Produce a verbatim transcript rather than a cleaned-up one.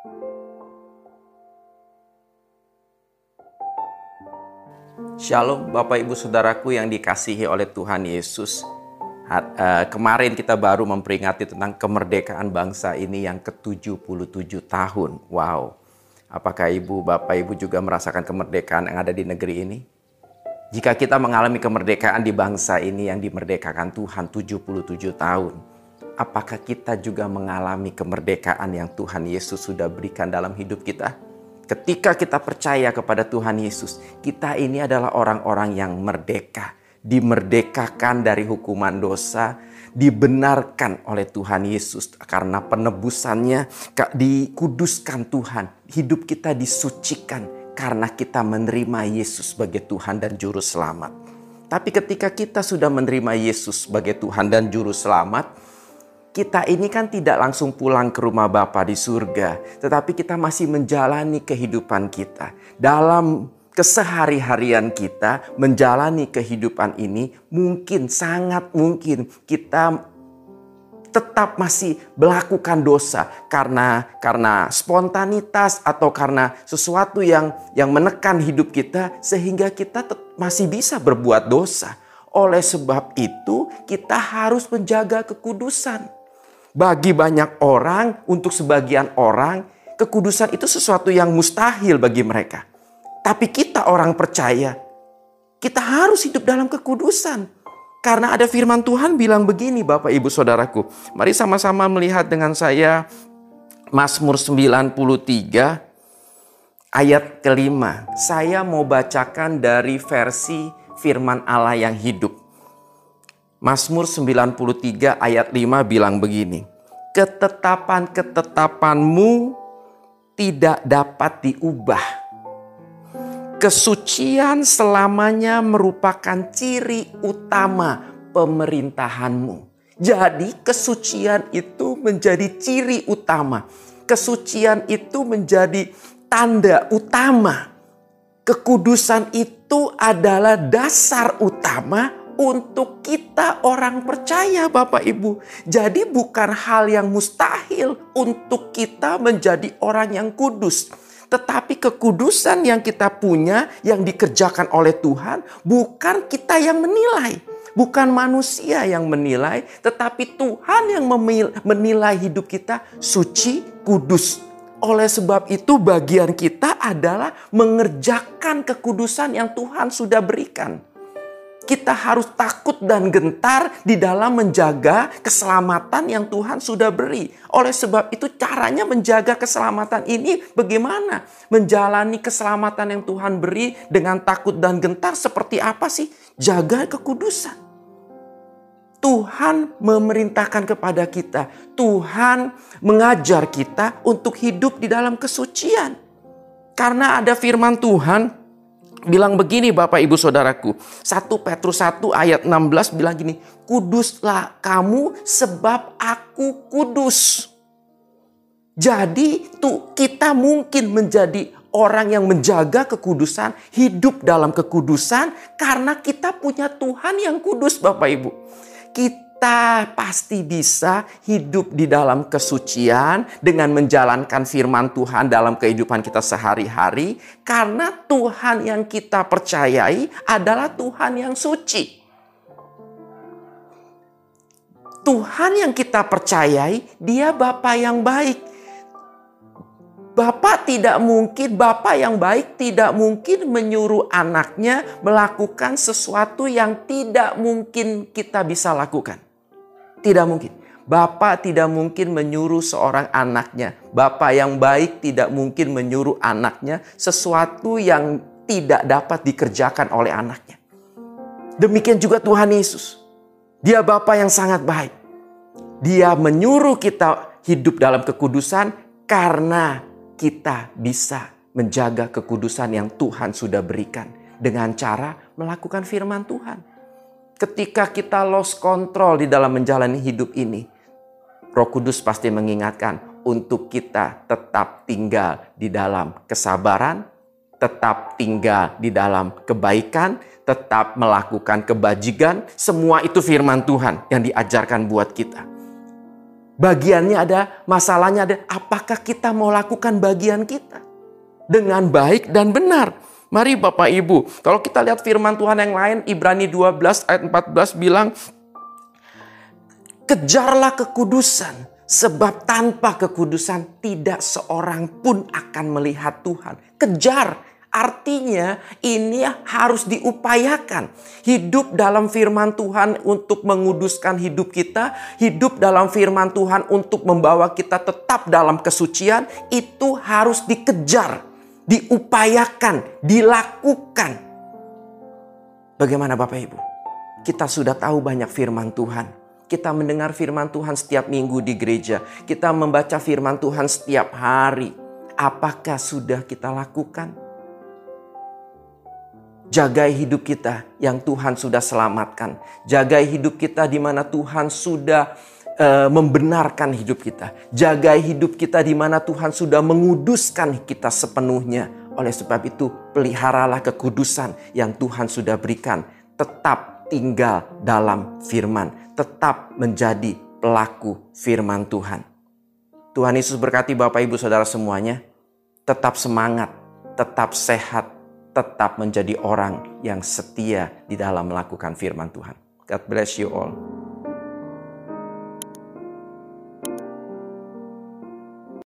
Shalom Bapak Ibu Saudaraku yang dikasihi oleh Tuhan Yesus. Kemarin kita baru memperingati tentang kemerdekaan bangsa ini yang ke tujuh puluh tujuh tahun. Wow. Apakah Ibu, Bapak Ibu juga merasakan kemerdekaan yang ada di negeri ini? Jika kita mengalami kemerdekaan di bangsa ini yang dimerdekakan Tuhan tujuh puluh tujuh tahun, apakah kita juga mengalami kemerdekaan yang Tuhan Yesus sudah berikan dalam hidup kita? Ketika kita percaya kepada Tuhan Yesus, kita ini adalah orang-orang yang merdeka. Dimerdekakan dari hukuman dosa, dibenarkan oleh Tuhan Yesus. Karena penebusannya, dikuduskan Tuhan. Hidup kita disucikan karena kita menerima Yesus sebagai Tuhan dan Juru Selamat. Tapi ketika kita sudah menerima Yesus sebagai Tuhan dan Juru Selamat, kita ini kan tidak langsung pulang ke rumah Bapa di surga, tetapi kita masih menjalani kehidupan kita. Dalam kesehari-harian kita menjalani kehidupan ini, mungkin, sangat mungkin kita tetap masih melakukan dosa karena karena spontanitas atau karena sesuatu yang yang menekan hidup kita sehingga kita masih bisa berbuat dosa. Oleh sebab itu, kita harus menjaga kekudusan. Bagi banyak orang, untuk sebagian orang, kekudusan itu sesuatu yang mustahil bagi mereka. Tapi kita orang percaya, kita harus hidup dalam kekudusan. Karena ada firman Tuhan bilang begini Bapak Ibu Saudaraku. Mari sama-sama melihat dengan saya Mazmur sembilan puluh tiga ayat kelima. Saya mau bacakan dari versi firman Allah yang hidup. Mazmur sembilan puluh tiga ayat lima bilang begini. Ketetapan-ketetapanmu tidak dapat diubah. Kesucian selamanya merupakan ciri utama pemerintahanmu. Jadi kesucian itu menjadi ciri utama. Kesucian itu menjadi tanda utama. Kekudusan itu adalah dasar utama untuk kita orang percaya Bapak Ibu. Jadi bukan hal yang mustahil untuk kita menjadi orang yang kudus. Tetapi kekudusan yang kita punya, yang dikerjakan oleh Tuhan, bukan kita yang menilai. Bukan manusia yang menilai, tetapi Tuhan yang menilai hidup kita suci, kudus. Oleh sebab itu bagian kita adalah mengerjakan kekudusan yang Tuhan sudah berikan. Kita harus takut dan gentar di dalam menjaga keselamatan yang Tuhan sudah beri. Oleh sebab itu caranya menjaga keselamatan ini bagaimana? Menjalani keselamatan yang Tuhan beri dengan takut dan gentar seperti apa sih? Jaga kekudusan. Tuhan memerintahkan kepada kita. Tuhan mengajar kita untuk hidup di dalam kesucian. Karena ada firman Tuhan bilang begini Bapak Ibu Saudaraku. satu Petrus satu ayat enam belas bilang gini. Kuduslah kamu sebab aku kudus. Jadi tuh kita mungkin menjadi orang yang menjaga kekudusan. Hidup dalam kekudusan. Karena kita punya Tuhan yang kudus Bapak Ibu. Kita pasti bisa hidup di dalam kesucian dengan menjalankan firman Tuhan dalam kehidupan kita sehari-hari. Karena Tuhan yang kita percayai adalah Tuhan yang suci. Tuhan yang kita percayai, Dia Bapa yang baik. Bapa tidak mungkin, Bapa yang baik tidak mungkin menyuruh anaknya melakukan sesuatu yang tidak mungkin kita bisa lakukan. Tidak mungkin. Bapa tidak mungkin menyuruh seorang anaknya. Bapa yang baik tidak mungkin menyuruh anaknya sesuatu yang tidak dapat dikerjakan oleh anaknya. Demikian juga Tuhan Yesus. Dia Bapa yang sangat baik. Dia menyuruh kita hidup dalam kekudusan karena kita bisa menjaga kekudusan yang Tuhan sudah berikan dengan cara melakukan firman Tuhan. Ketika kita lost control di dalam menjalani hidup ini, Roh Kudus pasti mengingatkan untuk kita tetap tinggal di dalam kesabaran, tetap tinggal di dalam kebaikan, tetap melakukan kebajikan. Semua itu firman Tuhan yang diajarkan buat kita. Bagiannya ada, masalahnya ada. Apakah kita mau lakukan bagian kita dengan baik dan benar? Mari Bapak Ibu, kalau kita lihat firman Tuhan yang lain, Ibrani dua belas ayat empat belas bilang, kejarlah kekudusan, sebab tanpa kekudusan tidak seorang pun akan melihat Tuhan. Kejar. Artinya ini harus diupayakan. Hidup dalam firman Tuhan untuk menguduskan hidup kita. Hidup dalam firman Tuhan untuk membawa kita tetap dalam kesucian. Itu harus dikejar, diupayakan, dilakukan. Bagaimana Bapak Ibu? Kita sudah tahu banyak firman Tuhan. Kita mendengar firman Tuhan setiap minggu di gereja. Kita membaca firman Tuhan setiap hari. Apakah sudah kita lakukan? Jagai hidup kita yang Tuhan sudah selamatkan. Jagai hidup kita di mana Tuhan sudah uh, membenarkan hidup kita. Jagai hidup kita di mana Tuhan sudah menguduskan kita sepenuhnya. Oleh sebab itu, peliharalah kekudusan yang Tuhan sudah berikan. Tetap tinggal dalam firman. Tetap menjadi pelaku firman Tuhan. Tuhan Yesus berkati Bapak Ibu Saudara semuanya. Tetap semangat, tetap sehat. Tetap menjadi orang yang setia di dalam melakukan firman Tuhan. God bless you all.